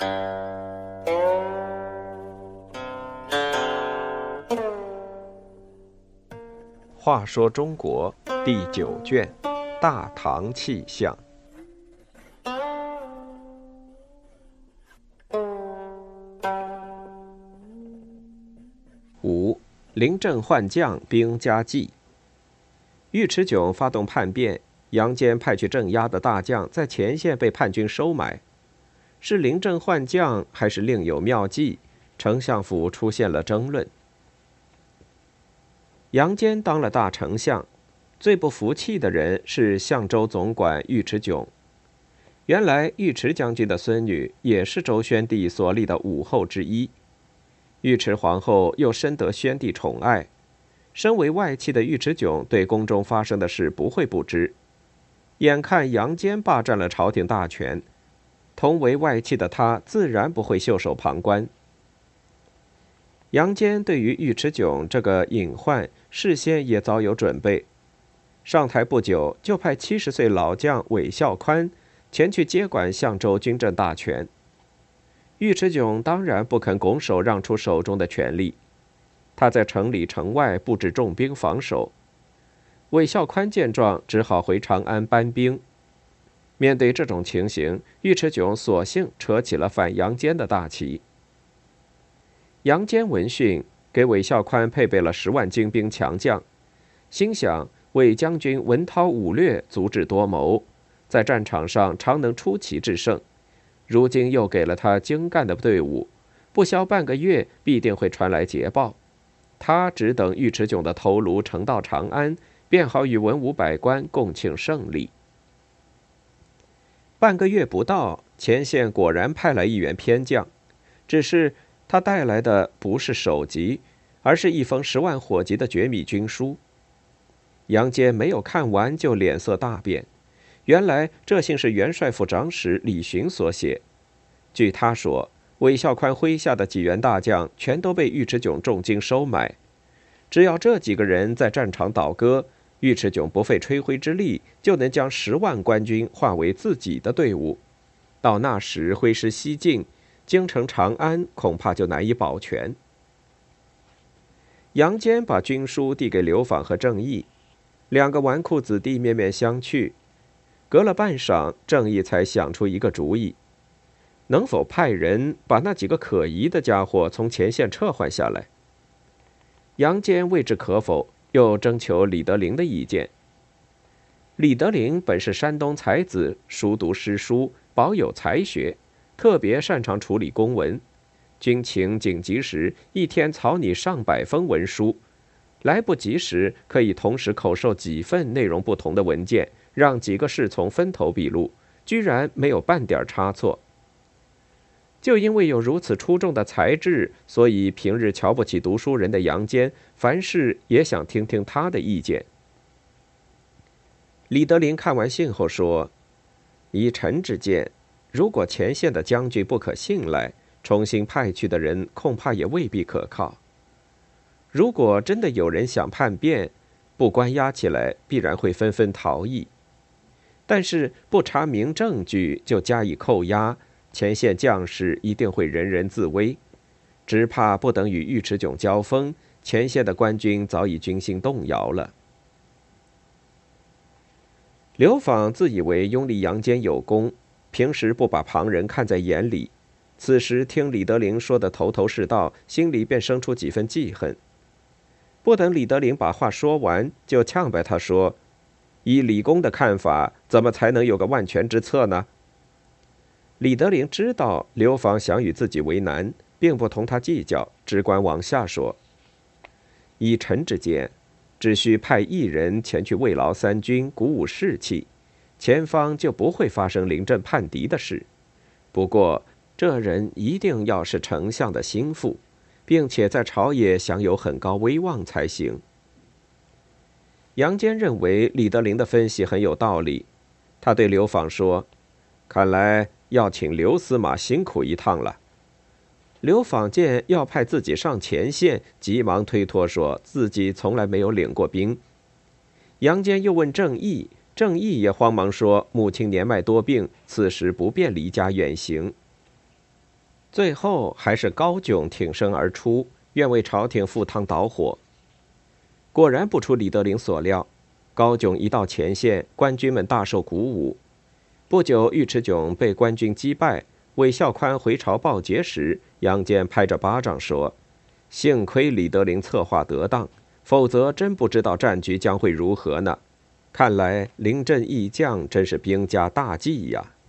话说中国第9卷《大唐气象》。5. 临阵换将，兵加计。尉迟迥发动叛变，杨坚派去镇压的大将在前线被叛军收买，是临阵换将还是另有妙计？丞相府出现了争论。杨坚当了大丞相，最不服气的人是相州总管尉迟迥。原来尉迟将军的孙女也是周宣帝所立的武后之一，尉迟皇后又深得宣帝宠爱，身为外戚的尉迟迥对宫中发生的事不会不知。眼看杨坚霸占了朝廷大权，同为外戚的他自然不会袖手旁观。杨坚对于尉迟迥这个隐患事先也早有准备，上台不久就派70岁老将韦孝宽前去接管相州军政大权。尉迟迥当然不肯拱手让出手中的权力，他在城里城外布置重兵防守。韦孝宽见状，只好回长安搬兵。面对这种情形，尉迟迥索性扯起了反杨坚的大旗。杨坚闻讯，给韦孝宽配备了10万精兵强将，心想韦将军文韬武略，足智多谋，在战场上常能出奇制胜，如今又给了他精干的队伍，不消半个月必定会传来捷报。他只等尉迟迥的头颅呈到长安，便好与文武百官共庆胜利。半个月不到，前线果然派来一员偏将，只是他带来的不是首级，而是一封10万火急的绝密军书。杨坚没有看完就脸色大变，原来这信是元帅府长史李寻所写。据他说，韦孝宽麾下的几员大将全都被尉迟迥重金收买，只要这几个人在战场倒戈，尉迟迥不费吹灰之力就能将10万官军化为自己的队伍，到那时挥师西进，京城长安恐怕就难以保全。杨坚把军书递给刘昉和郑义，2个纨绔子弟面面相觑。隔了半晌，郑义才想出一个主意，能否派人把那几个可疑的家伙从前线撤换下来？杨坚未知可否，又征求李德龄的意见。李德龄本是山东才子，熟读诗书，饱有才学，特别擅长处理公文。军情紧急时，一天草拟上百封文书，来不及时可以同时口授几份内容不同的文件，让几个侍从分头笔录，居然没有半点差错。就因为有如此出众的才智，所以平日瞧不起读书人的杨坚，凡事也想听听他的意见。李德龄看完信后说：“依臣之见，如果前线的将军不可信赖，重新派去的人恐怕也未必可靠。如果真的有人想叛变，不关押起来，必然会纷纷逃逸。但是不查明证据就加以扣押，前线将士一定会人人自危，只怕不等与尉迟迥交锋，前线的官军早已军心动摇了。”刘昉自以为拥立杨坚有功，平时不把旁人看在眼里，此时听李德龄说的头头是道，心里便生出几分记恨。不等李德龄把话说完，就呛白他说：“以李公的看法，怎么才能有个万全之策呢？”李德龄知道刘昉想与自己为难，并不同他计较，只管往下说：“以臣之见，只需派1人前去慰劳三军，鼓舞士气，前方就不会发生临阵叛敌的事。不过这人一定要是丞相的心腹，并且在朝野享有很高威望才行。”杨坚认为李德龄的分析很有道理，他对刘昉说：“看来要请刘司马辛苦一趟了。”刘昉见要派自己上前线，急忙推脱说自己从来没有领过兵。杨坚又问郑义，郑义也慌忙说母亲年迈多病，此时不便离家远行。 最后还是高炯挺身而出，愿为朝廷赴汤蹈火。果然不出李德林所料，高炯一到前线，官军们大受鼓舞。不久，尉迟迥被官军击败，韦孝宽回朝报捷时，杨坚拍着巴掌说：“幸亏李德林策划得当，否则真不知道战局将会如何呢。看来临阵易将真是兵家大忌呀。”